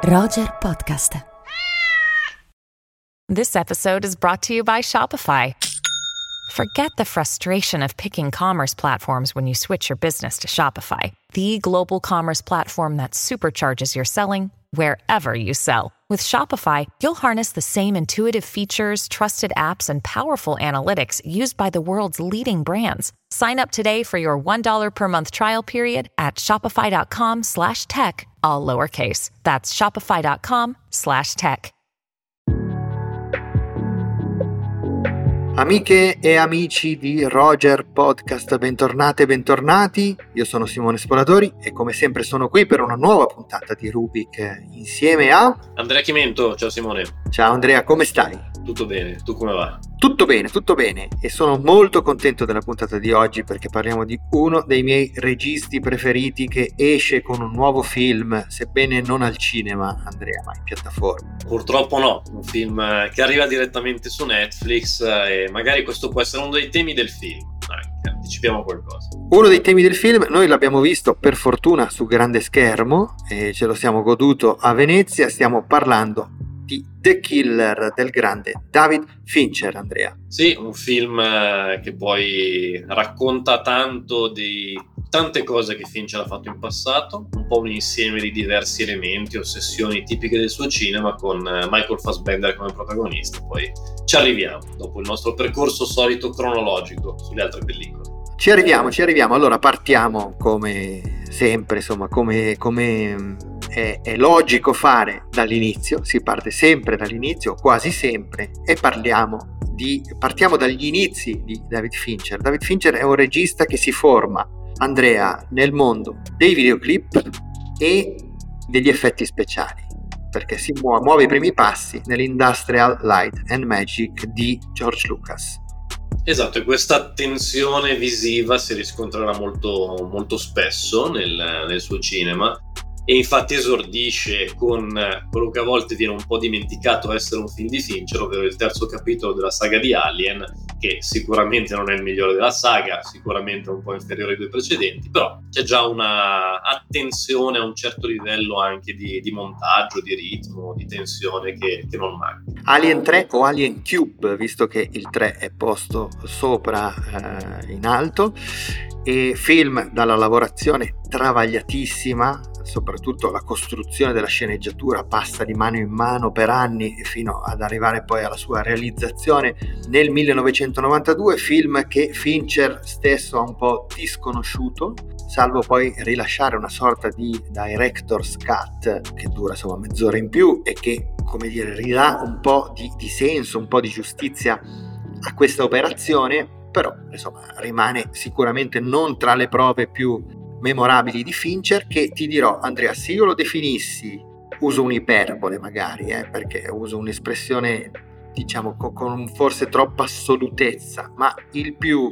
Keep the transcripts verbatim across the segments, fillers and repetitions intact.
Roger Podcast. This episode is brought to you by Shopify. Forget the frustration of picking commerce platforms when you switch your business to Shopify, the global commerce platform that supercharges your selling wherever you sell. With Shopify, you'll harness the same intuitive features, trusted apps, and powerful analytics used by the world's leading brands. Sign up today for your one dollar per month trial period at shopify.com slash tech, all lowercase. That's shopify.com slash tech. Amiche e amici di Roger Podcast, bentornate e bentornati. Io sono Simone Spoladori e come sempre sono qui per una nuova puntata di Rubik insieme a Andrea Chimento. Ciao Simone. Ciao Andrea, come stai? Tutto bene, tu come va? Tutto bene, tutto bene e sono molto contento della puntata di oggi perché parliamo di uno dei miei registi preferiti che esce con un nuovo film, sebbene non al cinema, Andrea, ma in piattaforma. Purtroppo no, un film che arriva direttamente su Netflix e magari questo può essere uno dei temi del film, anche, anticipiamo qualcosa. Uno dei temi del film, noi l'abbiamo visto per fortuna su grande schermo e ce lo siamo goduto a Venezia, stiamo parlando di The Killer del grande David Fincher, Andrea. Sì, un film che poi racconta tanto di tante cose che Fincher ha fatto in passato, un po' un insieme di diversi elementi, ossessioni tipiche del suo cinema con Michael Fassbender come protagonista. Poi ci arriviamo, dopo il nostro percorso solito cronologico sulle altre pellicole. Ci arriviamo, ci arriviamo. Allora partiamo come sempre, insomma, come... come... È, è logico fare dall'inizio, si parte sempre dall'inizio, quasi sempre, e parliamo di, partiamo dagli inizi di David Fincher. David Fincher è un regista che si forma, Andrea, nel mondo dei videoclip e degli effetti speciali, perché si muove, muove i primi passi nell'Industrial Light and Magic di George Lucas. Esatto, e questa tensione visiva si riscontrerà molto, molto spesso nel, nel suo cinema. E infatti esordisce con quello che a volte viene un po' dimenticato essere un film di Fincher, ovvero il terzo capitolo della saga di Alien, che sicuramente non è il migliore della saga, sicuramente è un po' inferiore ai due precedenti, però c'è già una attenzione a un certo livello anche di, di montaggio, di ritmo, di tensione che, che non manca. Alien tre o Alien Cube, visto che il tre è posto sopra eh, in alto, e film dalla lavorazione travagliatissima, soprattutto la costruzione della sceneggiatura passa di mano in mano per anni fino ad arrivare poi alla sua realizzazione nel millenovecentonovantadue, film che Fincher stesso ha un po' disconosciuto, salvo poi rilasciare una sorta di director's cut che dura insomma mezz'ora in più e che, come dire, ridà un po' di, di senso, un po' di giustizia a questa operazione, però insomma rimane sicuramente non tra le prove più memorabili di Fincher, che ti dirò, Andrea, se io lo definissi, uso un'iperbole magari, eh, perché uso un'espressione diciamo con, con forse troppa assolutezza, ma il più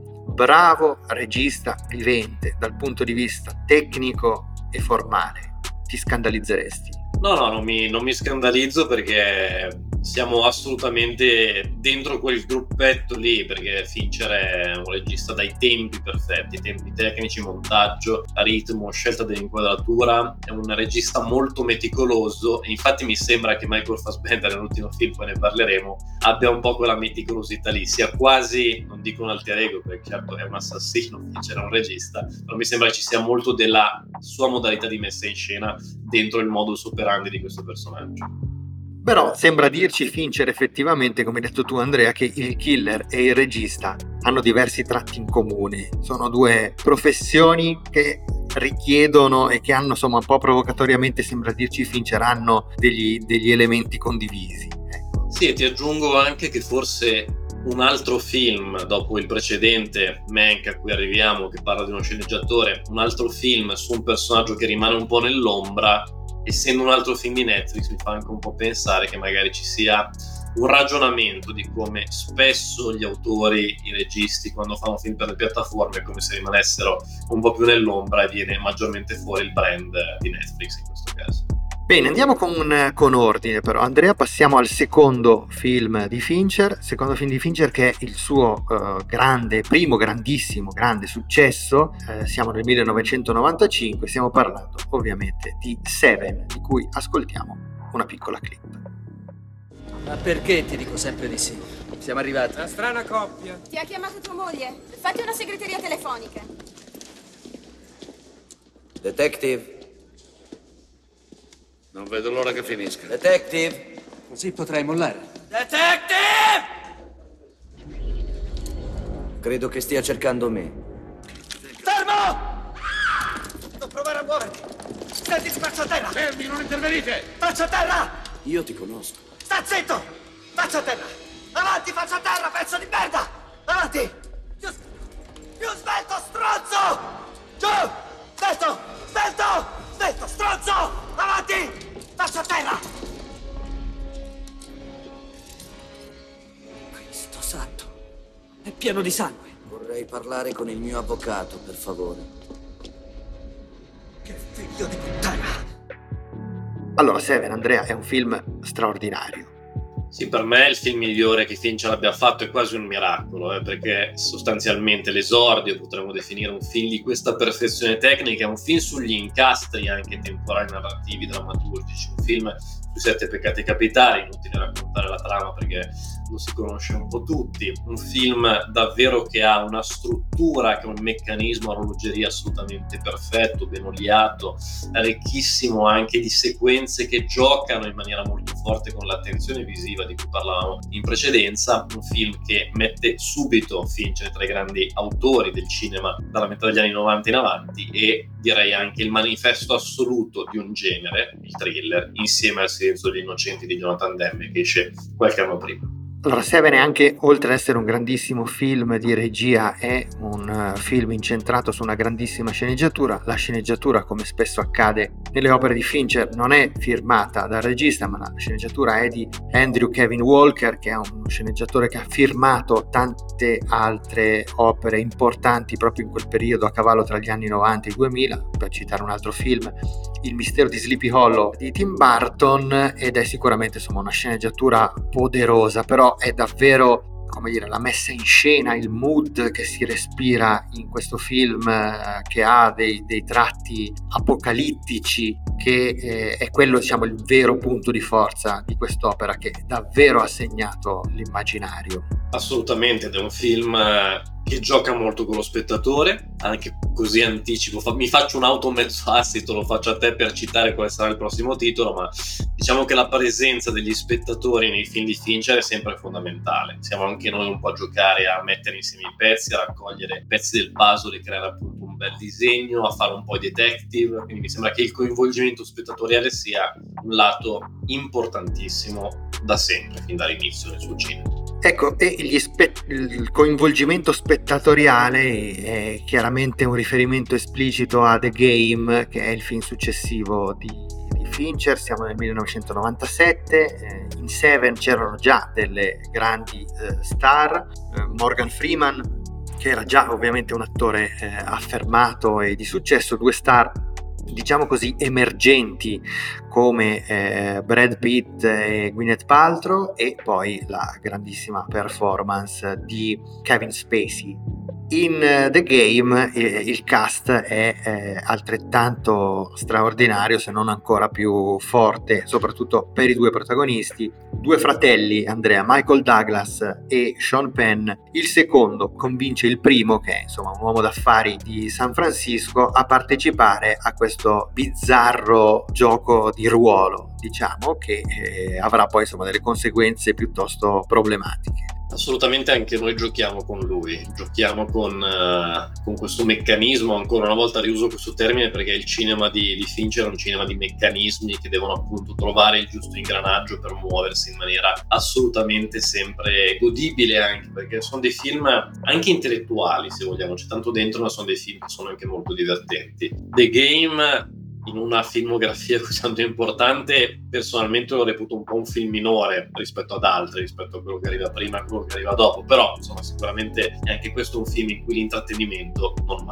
bravo regista vivente dal punto di vista tecnico e formale, ti scandalizzeresti? No, no, non mi, non mi scandalizzo perché siamo assolutamente dentro quel gruppetto lì, perché Fincher è un regista dai tempi perfetti, tempi tecnici, montaggio, ritmo, scelta dell'inquadratura, è un regista molto meticoloso e infatti mi sembra che Michael Fassbender nell'ultimo film, poi ne parleremo, abbia un po' quella meticolosità lì, sia quasi, non dico un alter ego perché certo è un assassino, Fincher è un regista, però mi sembra che ci sia molto della sua modalità di messa in scena dentro il modus operandi di questo personaggio. Però sembra dirci Fincher effettivamente, come hai detto tu Andrea, che il killer e il regista hanno diversi tratti in comune. Sono due professioni che richiedono e che hanno, insomma, un po' provocatoriamente sembra dirci Fincher, hanno degli, degli elementi condivisi. Ecco. Sì, e ti aggiungo anche che forse un altro film dopo il precedente, Mank, a cui arriviamo, che parla di uno sceneggiatore, un altro film su un personaggio che rimane un po' nell'ombra, essendo un altro film di Netflix, mi fa anche un po' pensare che magari ci sia un ragionamento di come spesso gli autori, i registi, quando fanno film per le piattaforme, è come se rimanessero un po' più nell'ombra e viene maggiormente fuori il brand di Netflix in questo caso. Bene, andiamo con, con ordine però. Andrea, passiamo al secondo film di Fincher, secondo film di Fincher che è il suo uh, grande, primo grandissimo, grande successo. Uh, siamo nel millenovecentonovantacinque, stiamo parlando ovviamente di Seven, di cui ascoltiamo una piccola clip. Ma perché ti dico sempre di sì? Siamo arrivati. Una strana coppia. Ti ha chiamato tua moglie? Fatti una segreteria telefonica. Detective. Non vedo l'ora che finisca. Detective. Così potrai mollare. Detective! Credo che stia cercando me. Fermo! Non provare a muoverti. Stendi spazio a terra. Fermi, non intervenite! Faccia a terra! Io ti conosco. Sta zitto! Faccia a terra! Avanti, faccia a terra, pezzo di merda! Avanti! Più, più svelto, stronzo! Giù! Svelto! Svelto! Svelto, stronzo! Avanti! Faccia a terra! Cristo santo. È pieno di sangue. Vorrei parlare con il mio avvocato, per favore. Che figlio di puttana! Allora, Seven, Andrea, è un film straordinario. Sì, per me è il film migliore che Fincher abbia fatto, è quasi un miracolo, eh, perché sostanzialmente l'esordio potremmo definire un film di questa perfezione tecnica, è un film sugli incastri anche temporali, narrativi, drammaturgici, un film sui sette peccati capitali, inutile raccontare la trama perché lo si conosce un po' tutti, un film davvero che ha una struttura, che ha un meccanismo a orologeria assolutamente perfetto, ben oliato, ricchissimo anche di sequenze che giocano in maniera molto forte con l'attenzione visiva di cui parlavamo in precedenza, un film che mette subito Fincher tra i grandi autori del cinema dalla metà degli anni novanta in avanti e direi anche il manifesto assoluto di un genere, il thriller, insieme al Silenzio degli Innocenti di Jonathan Demme che esce qualche anno prima. Allora, Seven è anche, oltre ad essere un grandissimo film di regia, è un uh, film incentrato su una grandissima sceneggiatura. La sceneggiatura, come spesso accade nelle opere di Fincher, non è firmata dal regista, ma la sceneggiatura è di Andrew Kevin Walker, che è un sceneggiatore che ha firmato tante altre opere importanti proprio in quel periodo, a cavallo tra gli anni novanta e i duemila, per citare un altro film, Il mistero di Sleepy Hollow di Tim Burton, ed è sicuramente insomma una sceneggiatura poderosa, però è davvero, come dire, la messa in scena, il mood che si respira in questo film, eh, che ha dei, dei tratti apocalittici, che eh, è quello, diciamo, il vero punto di forza di quest'opera, che davvero ha segnato l'immaginario. Assolutamente, ed è un film che gioca molto con lo spettatore, anche così anticipo, fa, mi faccio un auto mezzo assito, lo faccio a te per citare quale sarà il prossimo titolo, ma diciamo che la presenza degli spettatori nei film di Fincher è sempre fondamentale. Siamo anche noi un po' a giocare a mettere insieme i pezzi, a raccogliere pezzi del puzzle e creare appunto un bel disegno, a fare un po' di detective, quindi mi sembra che il coinvolgimento spettatoriale sia un lato importantissimo da sempre, fin dall'inizio del suo cinema. Ecco, e gli spe- il coinvolgimento spettatoriale è chiaramente un riferimento esplicito a The Game, che è il film successivo di, di Fincher. Siamo nel millenovecentonovantasette, eh, in Seven c'erano già delle grandi eh, star, eh, Morgan Freeman, che era già ovviamente un attore eh, affermato e di successo, due star diciamo così emergenti come eh, Brad Pitt e Gwyneth Paltrow, e poi la grandissima performance di Kevin Spacey. In uh, The Game eh, il cast è eh, altrettanto straordinario, se non ancora più forte, soprattutto per i due protagonisti, due fratelli, Andrea, Michael Douglas e Sean Penn. Il secondo convince il primo, che è insomma un uomo d'affari di San Francisco, a partecipare a questo bizzarro gioco di ruolo, diciamo, che eh, avrà poi insomma delle conseguenze piuttosto problematiche. Assolutamente, anche noi giochiamo con lui, giochiamo con, uh, con questo meccanismo. Ancora una volta riuso questo termine perché il cinema di, di Fincher è un cinema di meccanismi che devono appunto trovare il giusto ingranaggio per muoversi in maniera assolutamente sempre godibile, anche perché sono dei film anche intellettuali, se vogliamo, c'è tanto dentro, ma sono dei film che sono anche molto divertenti. The Game, in una filmografia così tanto importante, personalmente lo reputo un po' un film minore rispetto ad altri, rispetto a quello che arriva prima e a quello che arriva dopo, però insomma sicuramente è anche questo un film in cui l'intrattenimento non manca.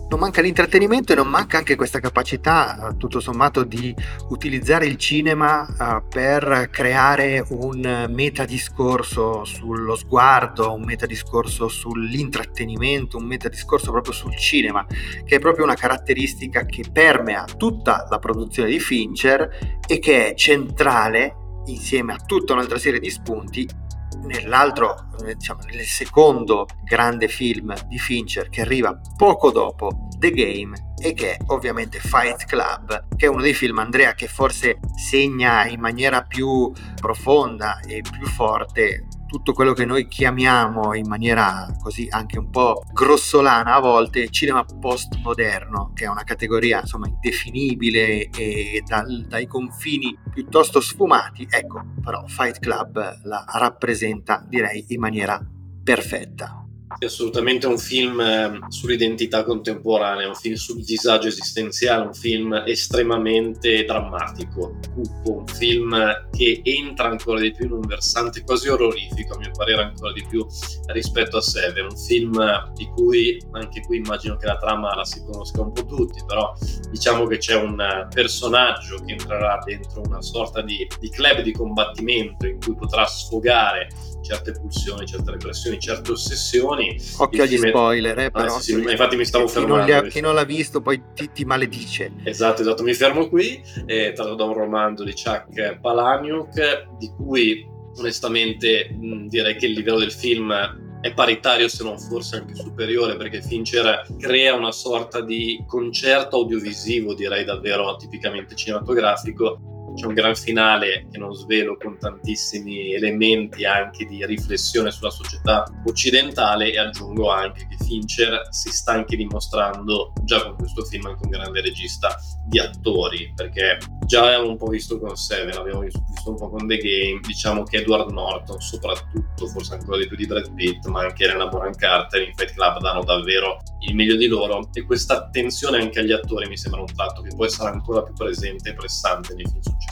Non manca l'intrattenimento e non manca anche questa capacità, tutto sommato, di utilizzare il cinema uh, per creare un metadiscorso sullo sguardo, un metadiscorso sull'intrattenimento, un metadiscorso proprio sul cinema, che è proprio una caratteristica che permea tutta la produzione di Fincher e che è centrale, insieme a tutta un'altra serie di spunti, nell'altro, diciamo, nel secondo grande film di Fincher che arriva poco dopo The Game, e che è ovviamente Fight Club, che è uno dei film, Andrea, che forse segna in maniera più profonda e più forte tutto quello che noi chiamiamo in maniera così anche un po' grossolana a volte cinema postmoderno, che è una categoria insomma indefinibile e dal, dai confini piuttosto sfumati. Ecco, però Fight Club la rappresenta, direi, in maniera perfetta. È assolutamente un film sull'identità contemporanea, un film sul disagio esistenziale, un film estremamente drammatico, cupo, un film che entra ancora di più in un versante quasi orrorifico, a mio parere ancora di più rispetto a Seven, un film di cui anche qui immagino che la trama la si conosca un po' tutti, però diciamo che c'è un personaggio che entrerà dentro una sorta di, di club di combattimento in cui potrà sfogare certe pulsioni, certe repressioni, certe ossessioni. Occhio agli spoiler, eh, però. Ah, sì, sì, infatti mi stavo chi fermando. Non li ha, chi non l'ha visto poi ti, ti maledice. Esatto, esatto, mi fermo qui. È tratto da un romanzo di Chuck Palahniuk, di cui onestamente mh, direi che il livello del film è paritario, se non forse anche superiore, perché Fincher crea una sorta di concerto audiovisivo, direi davvero tipicamente cinematografico. C'è un gran finale che non svelo, con tantissimi elementi anche di riflessione sulla società occidentale, e aggiungo anche che Fincher si sta anche dimostrando già con questo film anche un grande regista di attori, perché già abbiamo un po' visto con Seven, abbiamo visto un po' con The Game, diciamo che Edward Norton soprattutto, forse ancora di più di Brad Pitt, ma anche Helena Bonham Carter in Fight Club danno davvero il meglio di loro, e questa attenzione anche agli attori mi sembra un tratto che poi sarà ancora più presente e pressante nei film successivi.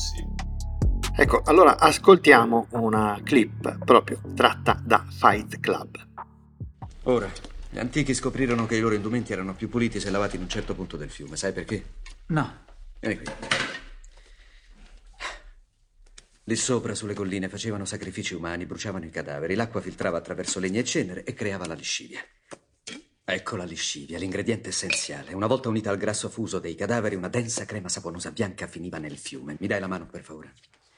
Ecco, allora ascoltiamo una clip proprio tratta da Fight Club. Ora, gli antichi scoprirono che i loro indumenti erano più puliti se lavati in un certo punto del fiume. Sai perché? No. Vieni qui. Lì sopra, sulle colline, facevano sacrifici umani, bruciavano i cadaveri, l'acqua filtrava attraverso legna e cenere e creava la liscivia. Ecco la liscivia, l'ingrediente essenziale. Una volta unita al grasso fuso dei cadaveri, una densa crema saponosa bianca finiva nel fiume. Mi dai la mano, per favore?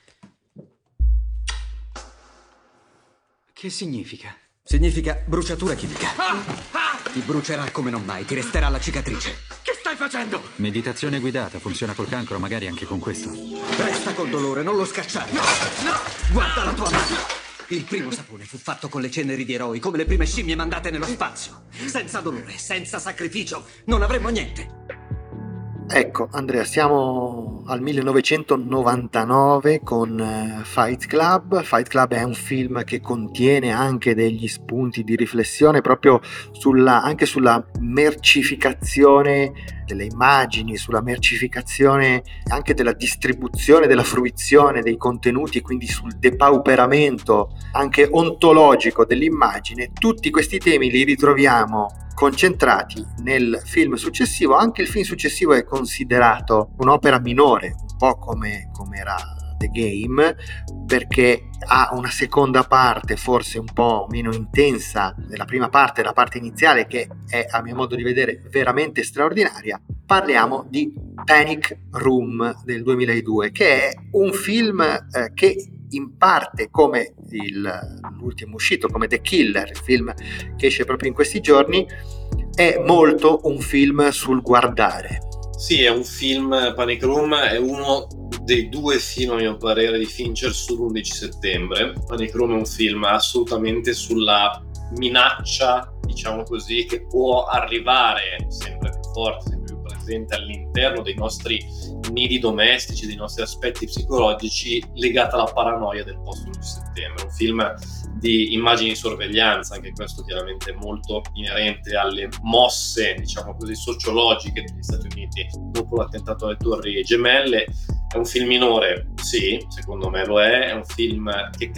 Che significa? Significa bruciatura chimica. Ah, ah! Ti brucerà come non mai, ti resterà la cicatrice. Che stai facendo? Meditazione guidata, funziona col cancro, magari anche con questo. Resta col dolore, non lo scacciare. No, no! Guarda la tua mano. Il primo sapone fu fatto con le ceneri di eroi, come le prime scimmie mandate nello spazio. Senza dolore, senza sacrificio, non avremmo niente. Ecco, Andrea, siamo al millenovecentonovantanove con Fight Club. Fight Club è un film che contiene anche degli spunti di riflessione proprio sulla, anche sulla mercificazione delle immagini, sulla mercificazione anche della distribuzione, della fruizione dei contenuti, quindi sul depauperamento anche ontologico dell'immagine. Tutti questi temi li ritroviamo concentrati nel film successivo. Anche il film successivo è considerato un'opera minore, un po' come, come era The Game, perché ha una seconda parte forse un po' meno intensa della prima parte, la parte iniziale, che è, a mio modo di vedere, veramente straordinaria. Parliamo di Panic Room del duemiladue, che è un film eh, che in parte, come il, l'ultimo uscito, come The Killer, il film che esce proprio in questi giorni, è molto un film sul guardare. Sì, è un film, Panic Room è uno dei due film, a mio parere, di Fincher sull'undici settembre. Panic Room è un film assolutamente sulla minaccia, diciamo così, che può arrivare sempre più forte, sempre più presente all'interno dei nostri nidi domestici, dei nostri aspetti psicologici, legata alla paranoia del post-undici settembre. Un film di immagini di sorveglianza, anche questo chiaramente molto inerente alle mosse, diciamo così, sociologiche degli Stati Uniti dopo l'attentato alle Torri Gemelle. È un film minore, sì, secondo me lo è, è un film che cal-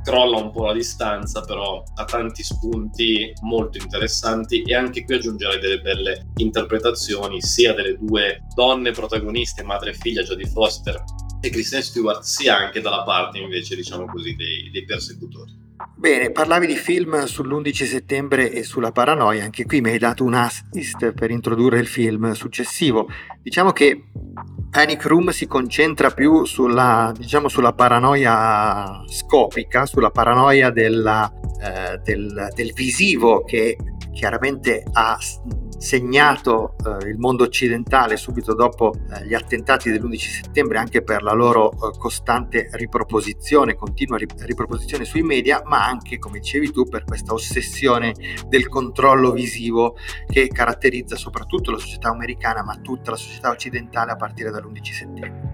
crolla un po' la distanza, però ha tanti spunti molto interessanti, e anche qui aggiungerei delle belle interpretazioni sia delle due donne protagoniste, madre e figlia, Jodie Foster e Kristen Stewart, sia anche dalla parte invece, diciamo così, dei, dei persecutori. Bene, parlavi di film sull'undici settembre e sulla paranoia, anche qui mi hai dato un assist per introdurre il film successivo. Diciamo che Panic Room si concentra più sulla, diciamo, sulla paranoia scopica, sulla paranoia della, eh, del, del visivo, che chiaramente ha segnato eh, il mondo occidentale subito dopo eh, gli attentati dell'undici settembre, anche per la loro eh, costante riproposizione, continua rip- riproposizione sui media, ma anche, come dicevi tu, per questa ossessione del controllo visivo che caratterizza soprattutto la società americana, ma tutta la società occidentale a partire dall'undici settembre.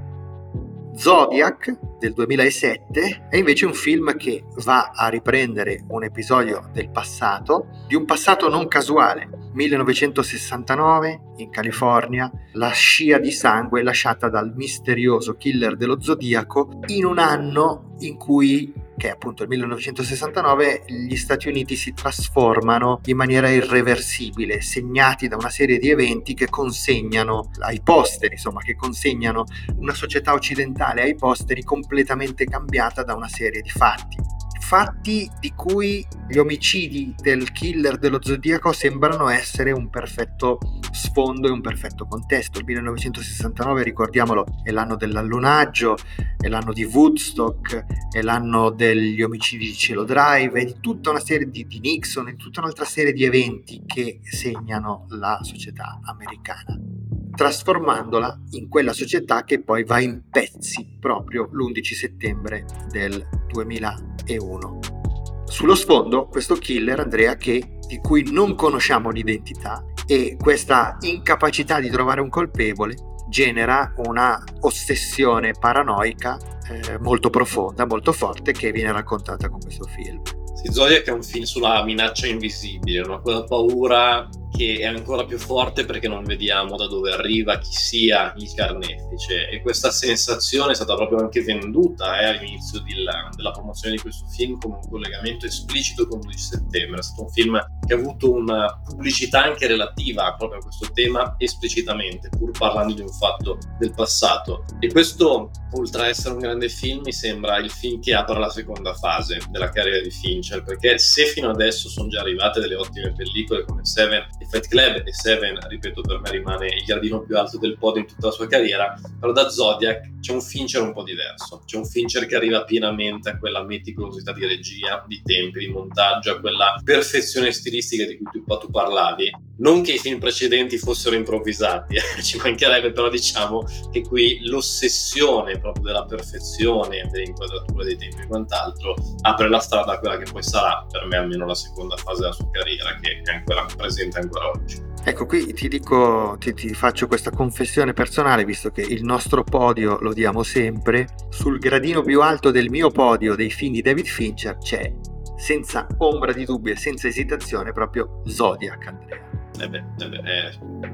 Zodiac del duemilasette è invece un film che va a riprendere un episodio del passato, di un passato non casuale. millenovecentosessantanove, in California, la scia di sangue lasciata dal misterioso killer dello Zodiaco in un anno in cui, che è appunto il millenovecentosessantanove, gli Stati Uniti si trasformano in maniera irreversibile, segnati da una serie di eventi che consegnano ai posteri, insomma, che consegnano una società occidentale ai posteri completamente cambiata da una serie di fatti. Fatti di cui gli omicidi del killer dello Zodiaco sembrano essere un perfetto sfondo e un perfetto contesto. Il millenovecentosessantanove, ricordiamolo, è l'anno dell'allunaggio, è l'anno di Woodstock, è l'anno degli omicidi di Cielo Drive, e di tutta una serie di, di Nixon, e di tutta un'altra serie di eventi che segnano la società americana, trasformandola in quella società che poi va in pezzi proprio l'undici settembre del duemilauno. Sullo sfondo questo killer, Andrea, che di cui non conosciamo l'identità, e questa incapacità di trovare un colpevole genera una ossessione paranoica eh, molto profonda, molto forte, che viene raccontata con questo film. Sì, Zodiac è un film sulla minaccia invisibile, una quella paura che è ancora più forte perché non vediamo da dove arriva, chi sia il carnefice, e questa sensazione è stata proprio anche venduta eh, all'inizio della, della promozione di questo film come un collegamento esplicito con l'undici settembre. È stato un film che ha avuto una pubblicità anche relativa proprio a questo tema esplicitamente, pur parlando di un fatto del passato, e questo, oltre a essere un grande film, mi sembra il film che apre la seconda fase della carriera di Fincher, perché se fino adesso sono già arrivate delle ottime pellicole come Seven e Fight Club, e Seven, ripeto, per me rimane il gradino più alto del podio in tutta la sua carriera, però da Zodiac c'è un Fincher un po' diverso, c'è un Fincher che arriva pienamente a quella meticolosità di regia, di tempi, di montaggio, a quella perfezione stilistica di cui tu, tu parlavi. Non che i film precedenti fossero improvvisati, eh, ci mancherebbe, però diciamo che qui l'ossessione proprio della perfezione, delle inquadrature, dei tempi e quant'altro apre la strada a quella che poi sarà, per me almeno, la seconda fase della sua carriera, che è ancora presente ancora oggi. Ecco, qui ti dico, ti, ti faccio questa confessione personale, visto che il nostro podio lo diamo sempre. Sul gradino più alto del mio podio dei film di David Fincher c'è, senza ombra di dubbio e senza esitazione, proprio Zodiac, Andrea. Eh beh, eh beh eh,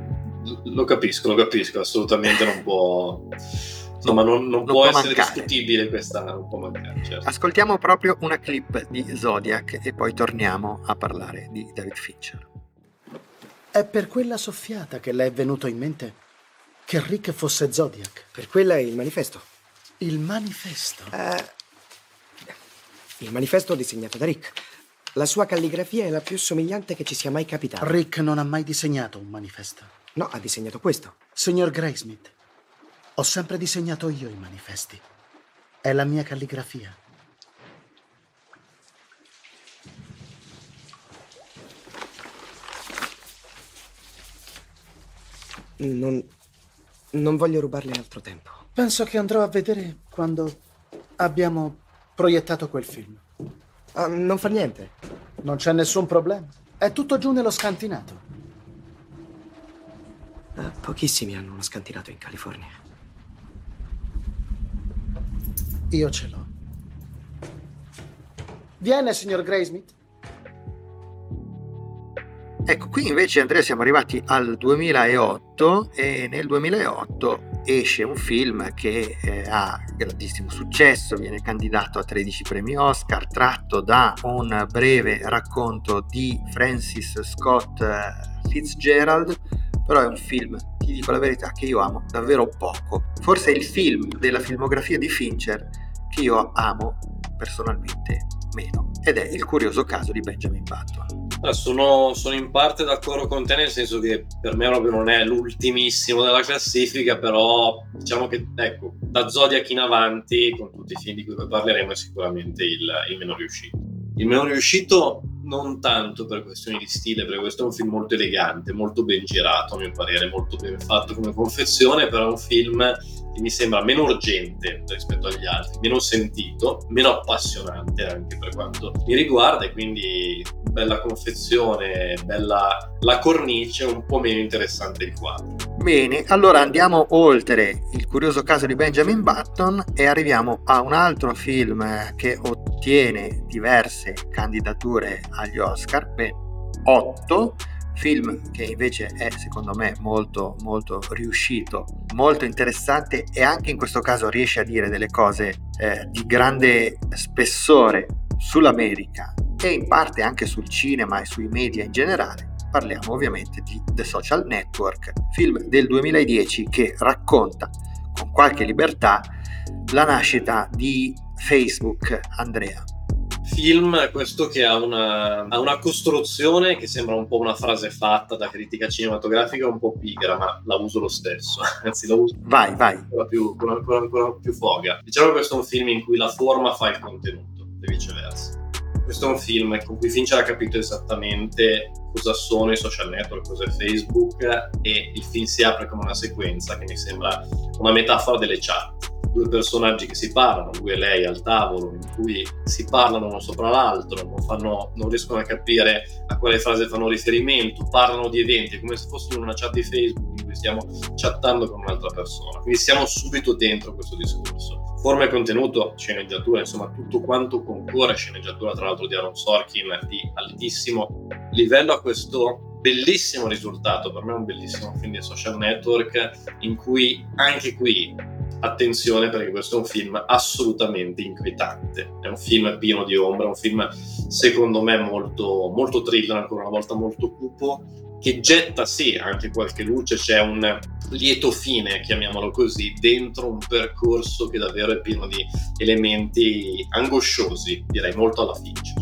lo capisco, lo capisco, assolutamente non può, insomma, non, non, non può, può essere mancare. Discutibile questa, non può mancare, certo. Ascoltiamo proprio una clip di Zodiac e poi torniamo a parlare di David Fincher. È per quella soffiata che le è venuto in mente che Rick fosse Zodiac. Per quella è il manifesto. Il manifesto? Uh, il manifesto disegnato da Rick. La sua calligrafia è la più somigliante che ci sia mai capitata. Rick non ha mai disegnato un manifesto. No, ha disegnato questo. Signor Graysmith, ho sempre disegnato io i manifesti. È la mia calligrafia. Non, non voglio rubarle altro tempo. Penso che andrò a vedere quando abbiamo proiettato quel film. Uh, non fa niente. Non c'è nessun problema. È tutto giù nello scantinato. Uh, pochissimi hanno uno scantinato in California. Io ce l'ho. Viene, signor Graysmith. Ecco, qui invece Andrea siamo arrivati al duemilaotto e nel duemilaotto esce un film che eh, ha grandissimo successo, viene candidato a tredici premi Oscar, tratto da un breve racconto di Francis Scott Fitzgerald, però è un film, ti dico la verità, che io amo davvero poco. Forse è il film della filmografia di Fincher che io amo personalmente meno, ed è Il curioso caso di Benjamin Button. Sono, sono in parte d'accordo con te, nel senso che per me proprio non è l'ultimissimo della classifica, però diciamo che, ecco, da Zodiac in avanti, con tutti i film di cui poi parleremo, è sicuramente il, il meno riuscito. Il meno riuscito non tanto per questioni di stile, perché questo è un film molto elegante, molto ben girato a mio parere, molto ben fatto come confezione, però è un film che mi sembra meno urgente rispetto agli altri, meno sentito, meno appassionante anche per quanto mi riguarda, e quindi bella confezione, bella la cornice, un po' meno interessante il quadro. Bene, allora andiamo oltre Il curioso caso di Benjamin Button e arriviamo a un altro film che ottiene diverse candidature agli Oscar, ben otto, film che invece è secondo me molto molto riuscito, molto interessante, e anche in questo caso riesce a dire delle cose eh, di grande spessore sull'America e in parte anche sul cinema e sui media in generale. Parliamo ovviamente di The Social Network, film del duemiladieci che racconta con qualche libertà la nascita di Facebook. Andrea. Film questo che ha una, ha una costruzione che sembra un po' una frase fatta da critica cinematografica, un po' pigra, ma la uso lo stesso, anzi la uso vai, vai. Ancora più, con ancora, ancora più foga. Diciamo che questo è un film in cui la forma fa il contenuto e viceversa. Questo è un film con cui Fincher ha capito esattamente cosa sono i social network, cosa è Facebook, e il film si apre come una sequenza che mi sembra una metafora delle chat. Due personaggi che si parlano, lui e lei al tavolo, in cui si parlano uno sopra l'altro, non, fanno, non riescono a capire a quale frase fanno riferimento, parlano di eventi, è come se fossimo in una chat di Facebook in cui stiamo chattando con un'altra persona. Quindi siamo subito dentro questo discorso. Forma e contenuto, sceneggiatura, insomma tutto quanto concorre, sceneggiatura tra l'altro di Aaron Sorkin di altissimo livello, a questo bellissimo risultato. Per me è un bellissimo film di Social Network, in cui anche qui attenzione, perché questo è un film assolutamente inquietante, è un film pieno di ombra, un film secondo me molto, molto thriller, ancora una volta molto cupo, che getta sì anche qualche luce, c'è un lieto fine, chiamiamolo così, dentro un percorso che davvero è pieno di elementi angosciosi, direi molto alla Fincher.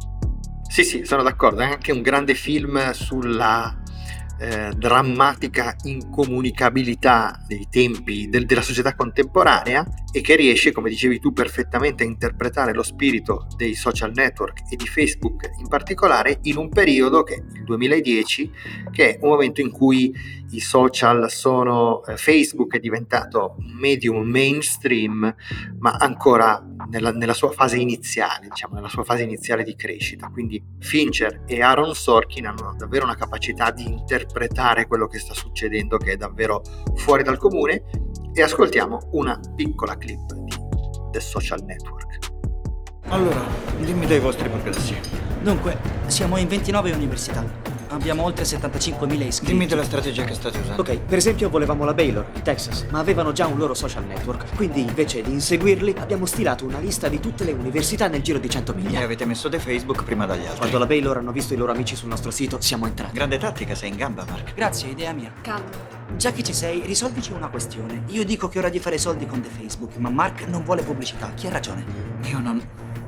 Sì, sì, sono d'accordo, è anche un grande film sulla eh, drammatica incomunicabilità dei tempi del, della società contemporanea, e che riesce, come dicevi tu, perfettamente a interpretare lo spirito dei social network e di Facebook in particolare, in un periodo che è il duemiladieci, che è un momento in cui i social sono, eh, Facebook è diventato un medium mainstream, ma ancora nella, nella sua fase iniziale, diciamo, nella sua fase iniziale di crescita. Quindi Fincher e Aaron Sorkin hanno davvero una capacità di interpretare quello che sta succedendo, che è davvero fuori dal comune. E ascoltiamo una piccola clip di The Social Network. Allora, dimmi dei vostri progressi. Dunque, siamo in ventinove università. Abbiamo oltre settantacinquemila iscritti. Dimmi della strategia che state usando. Ok, per esempio volevamo la Baylor, in Texas, ma avevano già un loro social network. Quindi invece di inseguirli abbiamo stilato una lista di tutte le università nel giro di cento miglia. E avete messo dei Facebook prima dagli altri. Quando la Baylor hanno visto i loro amici sul nostro sito, siamo entrati. Grande tattica, sei in gamba, Mark. Grazie, idea mia. Calma. Già che ci sei, risolvici una questione. Io dico che è ora di fare soldi con The Facebook, ma Mark non vuole pubblicità. Chi ha ragione? Io non...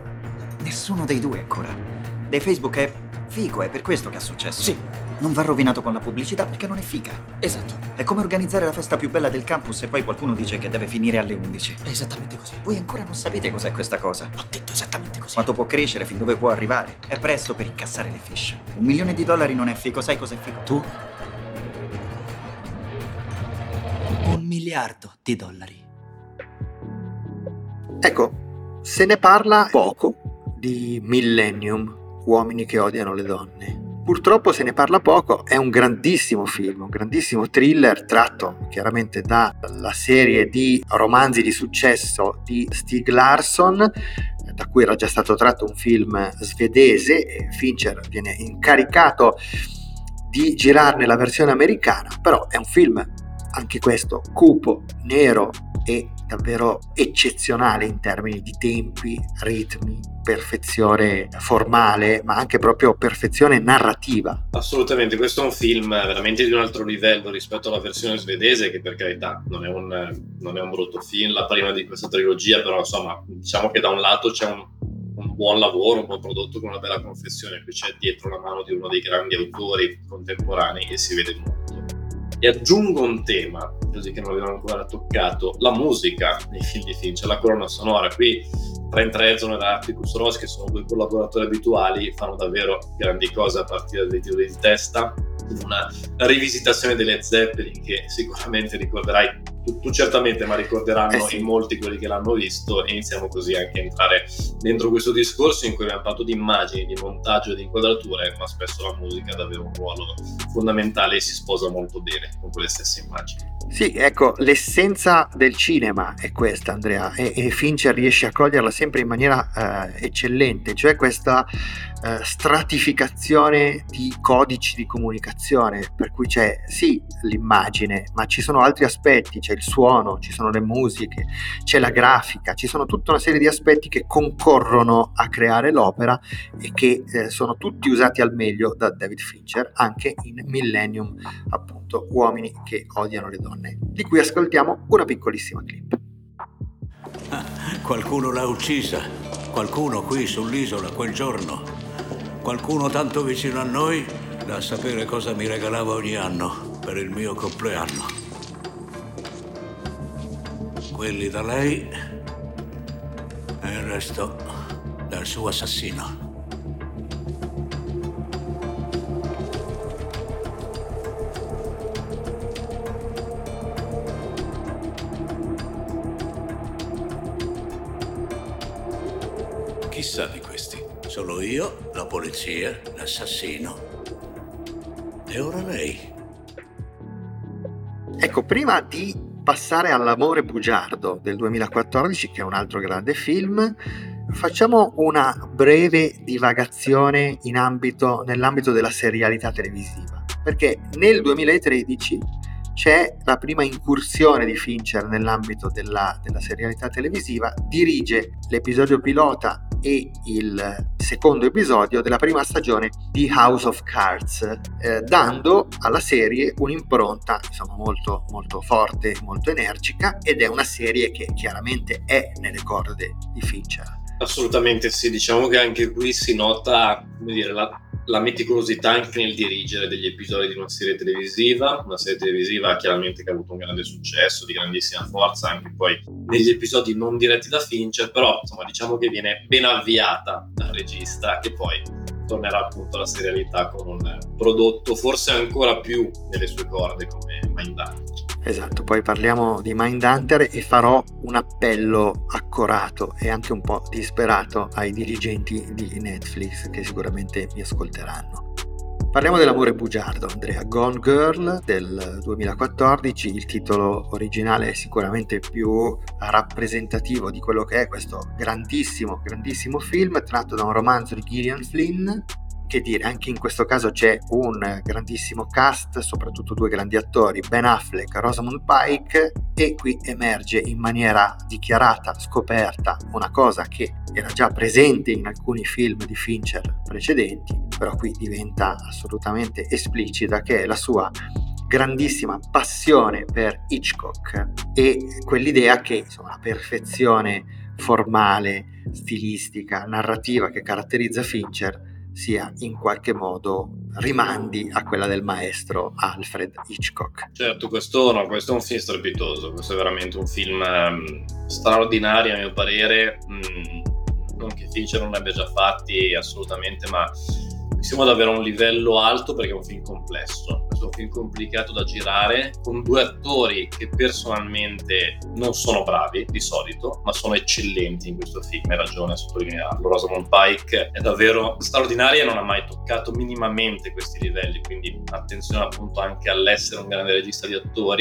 Nessuno dei due ancora. The Facebook è figo, è per questo che ha successo. Sì. Non va rovinato con la pubblicità perché non è figa. Esatto. È come organizzare la festa più bella del campus e poi qualcuno dice che deve finire alle undici. È esattamente così. Voi ancora non sapete cos'è questa cosa. Ho detto esattamente così. Quanto può crescere, fin dove può arrivare. È presto per incassare le fish. Un milione di dollari non è figo, sai cos'è figo? Tu? Un miliardo di dollari. Ecco, se ne parla poco di Millennium, Uomini che odiano le donne. Purtroppo se ne parla poco, è un grandissimo film, un grandissimo thriller tratto chiaramente dalla serie di romanzi di successo di Stieg Larsson, da cui era già stato tratto un film svedese, e Fincher viene incaricato di girarne la versione americana, però è un film anche questo cupo, nero e davvero eccezionale in termini di tempi, ritmi, perfezione formale, ma anche proprio perfezione narrativa. Assolutamente, questo è un film veramente di un altro livello rispetto alla versione svedese, che per carità non è un, non è un brutto film, la prima di questa trilogia, però insomma diciamo che da un lato c'è un, un buon lavoro, un buon prodotto con una bella confessione, qui c'è dietro la mano di uno dei grandi autori contemporanei e si vede molto. E aggiungo un tema, così che non abbiamo ancora toccato, la musica nei film di Fincher, la colonna sonora. Qui Trent Reznor e Atticus Ross, che sono due collaboratori abituali, fanno davvero grandi cose a partire dai titoli di testa, una rivisitazione delle Zeppelin che sicuramente ricorderai tu, tu certamente, ma ricorderanno eh sì. in molti quelli che l'hanno visto, e iniziamo così anche a entrare dentro questo discorso in cui abbiamo parlato di immagini, di montaggio e di inquadrature, ma spesso la musica ha davvero un ruolo fondamentale e si sposa molto bene con quelle stesse immagini. Sì, ecco, l'essenza del cinema è questa, Andrea, e, e Fincher riesce a coglierla sempre in maniera eh, eccellente, cioè questa eh, stratificazione di codici di comunicazione, per cui c'è sì l'immagine, ma ci sono altri aspetti, c'è il suono, ci sono le musiche, c'è la grafica, ci sono tutta una serie di aspetti che concorrono a creare l'opera e che eh, sono tutti usati al meglio da David Fincher, anche in Millennium, appunto, Uomini che odiano le donne, di cui ascoltiamo una piccolissima clip. Ah, qualcuno l'ha uccisa, qualcuno qui sull'isola quel giorno, qualcuno tanto vicino a noi da sapere cosa mi regalava ogni anno per il mio compleanno. Quelli da lei e il resto dal suo assassino. Chissà di questi. Solo io, la polizia, l'assassino. E ora lei. Ecco, prima di passare all'Amore bugiardo del duemilaquattordici, che è un altro grande film, facciamo una breve divagazione in ambito, nell'ambito della serialità televisiva, perché nel duemilatredici c'è la prima incursione di Fincher nell'ambito della, della serialità televisiva, dirige l'episodio pilota e il secondo episodio della prima stagione di House of Cards, eh, dando alla serie un'impronta insomma molto molto forte, molto energica, ed è una serie che chiaramente è nelle corde di Fincher. Assolutamente sì, diciamo che anche qui si nota, come dire, la la meticolosità anche nel dirigere degli episodi di una serie televisiva, una serie televisiva chiaramente che ha avuto un grande successo, di grandissima forza, anche poi negli episodi non diretti da Fincher, però insomma diciamo che viene ben avviata dal regista, che poi tornerà appunto alla serialità con un prodotto forse ancora più nelle sue corde come Mindhunter. Esatto, poi parliamo di Mindhunter e farò un appello accorato e anche un po' disperato ai dirigenti di Netflix che sicuramente mi ascolteranno. Parliamo dell'Amore bugiardo, Andrea. Gone Girl del duemilaquattordici, il titolo originale è sicuramente più rappresentativo di quello che è questo grandissimo, grandissimo film tratto da un romanzo di Gillian Flynn. Che dire, anche in questo caso c'è un grandissimo cast, soprattutto due grandi attori, Ben Affleck e Rosamund Pike, e qui emerge in maniera dichiarata, scoperta, una cosa che era già presente in alcuni film di Fincher precedenti, però qui diventa assolutamente esplicita, che è la sua grandissima passione per Hitchcock e quell'idea che insomma la perfezione formale, stilistica, narrativa che caratterizza Fincher sia in qualche modo rimandi a quella del maestro Alfred Hitchcock. Certo, questo, no, questo è un film strepitoso, questo è veramente un film um, straordinario a mio parere, mm, non che Fincher non ne abbia già fatti assolutamente, ma siamo davvero a un livello alto perché è un film complesso, è un film complicato da girare, con due attori che personalmente non sono bravi di solito, ma sono eccellenti in questo film, hai ragione a sottolinearlo. Rosamund Pike è davvero straordinaria e non ha mai toccato minimamente questi livelli, quindi attenzione appunto anche all'essere un grande regista di attori.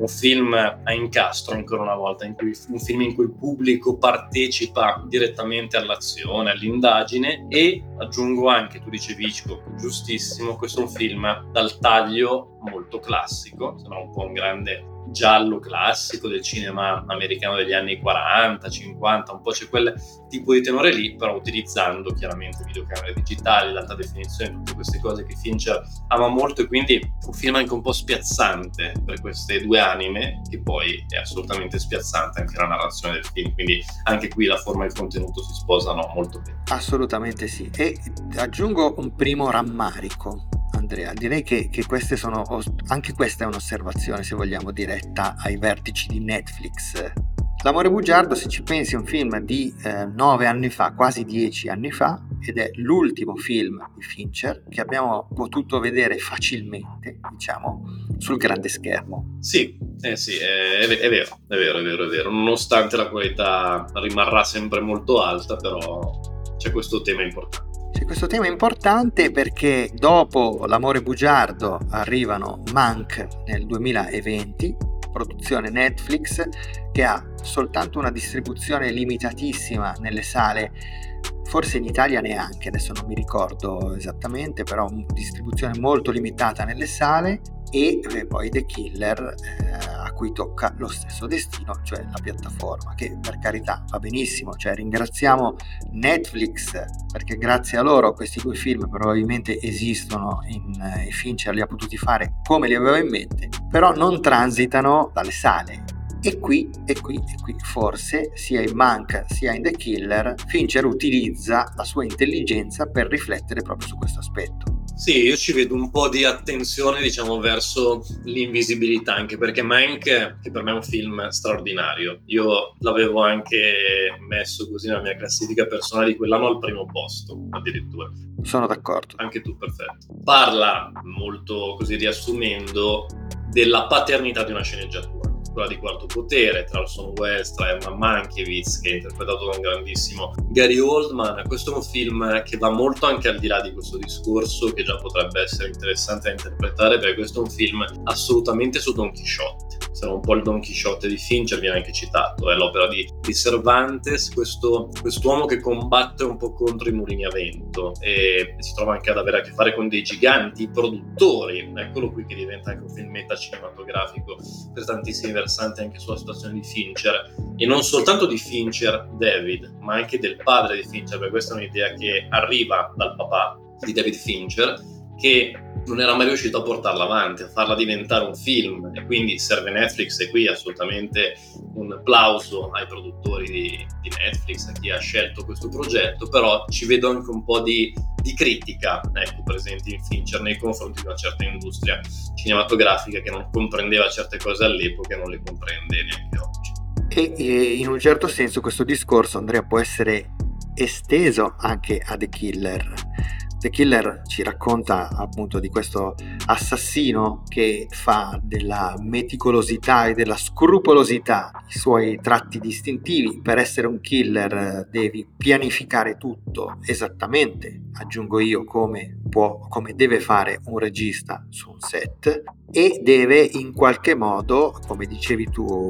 un film a incastro ancora una volta, in cui, un film in cui il pubblico partecipa direttamente all'azione, all'indagine, e aggiungo anche, tu dicevi Hitchcock, giustissimo, questo è un film dal taglio molto classico, sembra un po' un grande giallo classico del cinema americano degli anni quaranta, cinquanta, un po' c'è quel tipo di tenore lì, però utilizzando chiaramente videocamere digitali, l'alta definizione, tutte queste cose che Fincher ama molto, e quindi un film anche un po' spiazzante per queste due anime, che poi è assolutamente spiazzante anche la narrazione del film, quindi anche qui la forma e il contenuto si sposano molto bene. Assolutamente sì, e aggiungo un primo rammarico. Andrea, direi che, che queste sono, anche questa è un'osservazione, se vogliamo, diretta ai vertici di Netflix. L'amore bugiardo, se ci pensi, è un film di eh, nove anni fa, quasi dieci anni fa, ed è l'ultimo film di Fincher che abbiamo potuto vedere facilmente, diciamo, sul grande schermo. Sì, eh sì, è, è vero, è vero, è vero, è vero. Nonostante la qualità rimarrà sempre molto alta, però c'è questo tema importante. C'è questo tema importante perché dopo L'amore bugiardo arrivano Mank nel duemilaventi, produzione Netflix, che ha soltanto una distribuzione limitatissima nelle sale, forse in Italia neanche, adesso non mi ricordo esattamente, però una distribuzione molto limitata nelle sale, e poi The Killer, eh, a cui tocca lo stesso destino, cioè la piattaforma, che per carità va benissimo, cioè ringraziamo Netflix perché grazie a loro questi due film probabilmente esistono in, eh, e Fincher li ha potuti fare come li aveva in mente, però non transitano dalle sale. E qui, e qui, e qui forse sia in Mank sia in The Killer Fincher utilizza la sua intelligenza per riflettere proprio su questo aspetto. Sì, io ci vedo un po' di attenzione, diciamo, verso l'invisibilità, anche perché Mank, che per me è un film straordinario, io l'avevo anche messo così nella mia classifica personale di quell'anno al primo posto, addirittura. Sono d'accordo. Anche tu, perfetto. Parla, molto così riassumendo, della paternità di una sceneggiatura, quella di Quarto Potere, tra Orson Welles, tra Herman Mankiewicz, che è interpretato da un grandissimo Gary Oldman. Questo è un film che va molto anche al di là di questo discorso, che già potrebbe essere interessante da interpretare, perché questo è un film assolutamente su Don Chisciotte. Sarà un po' il Don Chisciotte di Fincher, viene anche citato, è l'opera di, di Cervantes, questo quest'uomo che combatte un po' contro i mulini a vento e si trova anche ad avere a che fare con dei giganti produttori. Eccolo qui che diventa anche un film metacinematografico per tantissimi versanti, anche sulla situazione di Fincher, e non soltanto di Fincher David, ma anche del padre di Fincher, perché questa è un'idea che arriva dal papà di David Fincher, che non era mai riuscito a portarla avanti, a farla diventare un film, e quindi serve Netflix. E qui assolutamente un applauso ai produttori di, di Netflix, a chi ha scelto questo progetto, però ci vedo anche un po' di, di critica, ecco, presenti in Fincher nei confronti di una certa industria cinematografica che non comprendeva certe cose all'epoca e non le comprende neanche oggi. E, e in un certo senso questo discorso, Andrea, può essere esteso anche a The Killer. The Killer ci racconta appunto di questo assassino che fa della meticolosità e della scrupolosità i suoi tratti distintivi. Per essere un killer devi pianificare tutto esattamente, aggiungo io, come può, come deve fare un regista su un set, e deve in qualche modo, come dicevi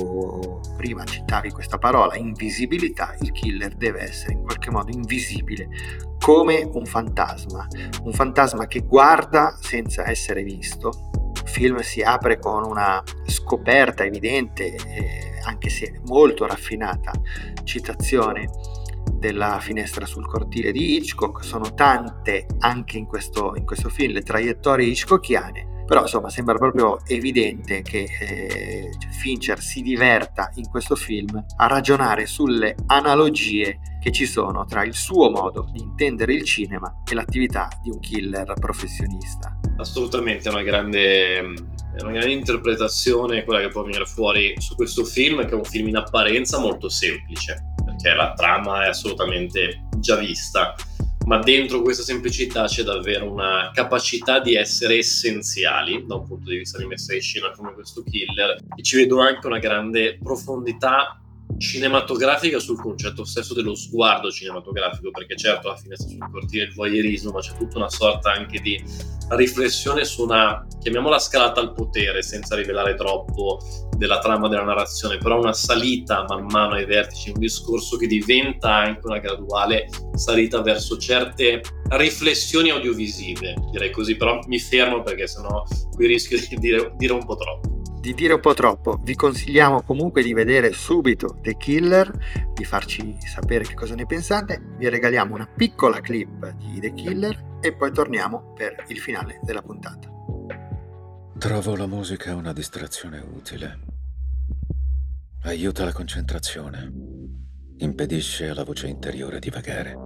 tu prima, citavi questa parola, invisibilità, il killer deve essere in qualche modo invisibile, come un fantasma, un fantasma che guarda senza essere visto. Il film si apre con una scoperta evidente, eh, anche se molto raffinata, citazione della Finestra sul cortile di Hitchcock. Sono tante anche in questo, in questo film le traiettorie hitchcockiane, però insomma sembra proprio evidente che eh, Fincher si diverta in questo film a ragionare sulle analogie che ci sono tra il suo modo di intendere il cinema e l'attività di un killer professionista. Assolutamente, è una grande, è una grande interpretazione quella che può venire fuori su questo film, che è un film in apparenza molto semplice, perché la trama è assolutamente già vista, ma dentro questa semplicità c'è davvero una capacità di essere essenziali da un punto di vista di messa in scena come questo killer, e ci vedo anche una grande profondità cinematografica sul concetto stesso dello sguardo cinematografico, perché certo alla fine sta sul cortile il voyeurismo, ma c'è tutta una sorta anche di riflessione su una, chiamiamola scalata al potere, senza rivelare troppo della trama della narrazione, però una salita man mano ai vertici, un discorso che diventa anche una graduale salita verso certe riflessioni audiovisive, direi così, però mi fermo perché sennò qui rischio di dire, dire un po' troppo. Di dire un po' troppo. Vi consigliamo comunque di vedere subito The Killer, di farci sapere che cosa ne pensate. Vi regaliamo una piccola clip di The Killer e poi torniamo per il finale della puntata. Trovo la musica una distrazione utile. Aiuta la concentrazione. Impedisce alla voce interiore di vagare.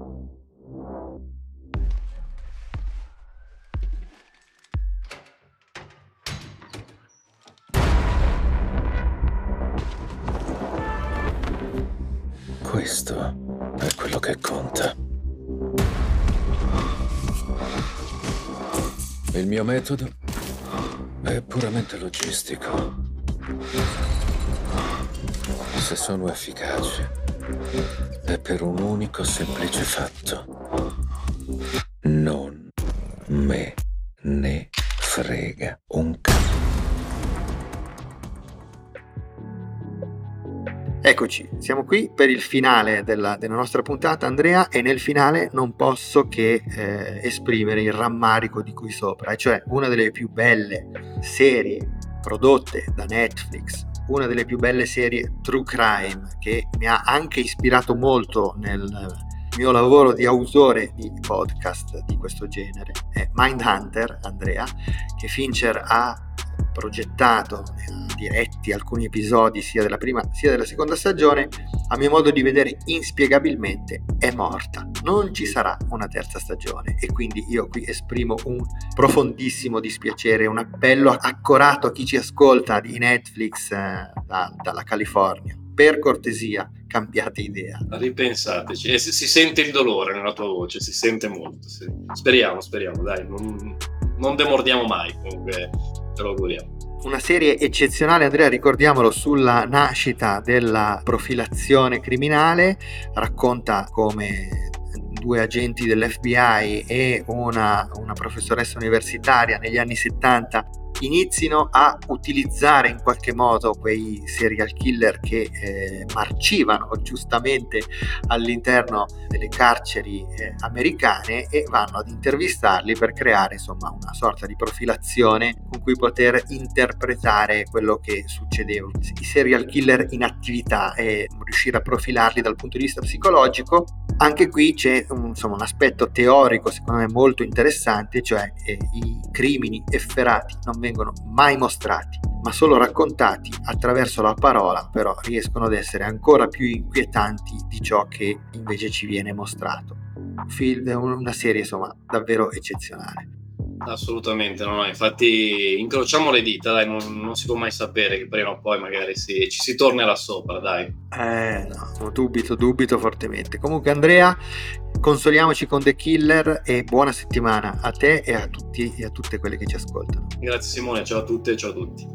Questo è quello che conta. Il mio metodo è puramente logistico. Se sono efficace, è per un unico semplice fatto. Non me ne frega un cazzo. Eccoci, siamo qui per il finale della, della nostra puntata, Andrea, e nel finale non posso che eh, esprimere il rammarico di cui sopra, e cioè una delle più belle serie prodotte da Netflix, una delle più belle serie true crime che mi ha anche ispirato molto nel mio lavoro di autore di podcast di questo genere, è Mindhunter, Andrea, che Fincher ha progettato, diretti alcuni episodi sia della prima sia della seconda stagione. A mio modo di vedere, inspiegabilmente è morta, non ci sarà una terza stagione, e quindi io qui esprimo un profondissimo dispiacere, un appello accorato a chi ci ascolta di Netflix eh, da, dalla California: per cortesia cambiate idea, ripensateci, e si, si sente il dolore nella tua voce, si sente molto, sì. speriamo speriamo dai, non, non demordiamo mai, comunque te lo auguriamo. Una serie eccezionale, Andrea, ricordiamolo, sulla nascita della profilazione criminale. Racconta come due agenti dell'F B I e una, una professoressa universitaria negli anni settanta inizino a utilizzare in qualche modo quei serial killer che eh, marcivano giustamente all'interno delle carceri eh, americane, e vanno ad intervistarli per creare insomma una sorta di profilazione con cui poter interpretare quello che succedeva, i serial killer in attività, e riuscire a profilarli dal punto di vista psicologico. Anche qui c'è un, insomma, un aspetto teorico secondo me molto interessante, cioè eh, i crimini efferati non vengono mai mostrati, ma solo raccontati attraverso la parola, però riescono ad essere ancora più inquietanti di ciò che invece ci viene mostrato. Film, una serie insomma davvero eccezionale. Assolutamente, no, no, infatti incrociamo le dita, dai, non, non si può mai sapere, che prima o poi magari si, ci si tornerà sopra, dai. Eh no, dubito, dubito fortemente. Comunque Andrea, consoliamoci con The Killer e buona settimana a te e a tutti e a tutte quelle che ci ascoltano. Grazie Simone, ciao a tutte e ciao a tutti.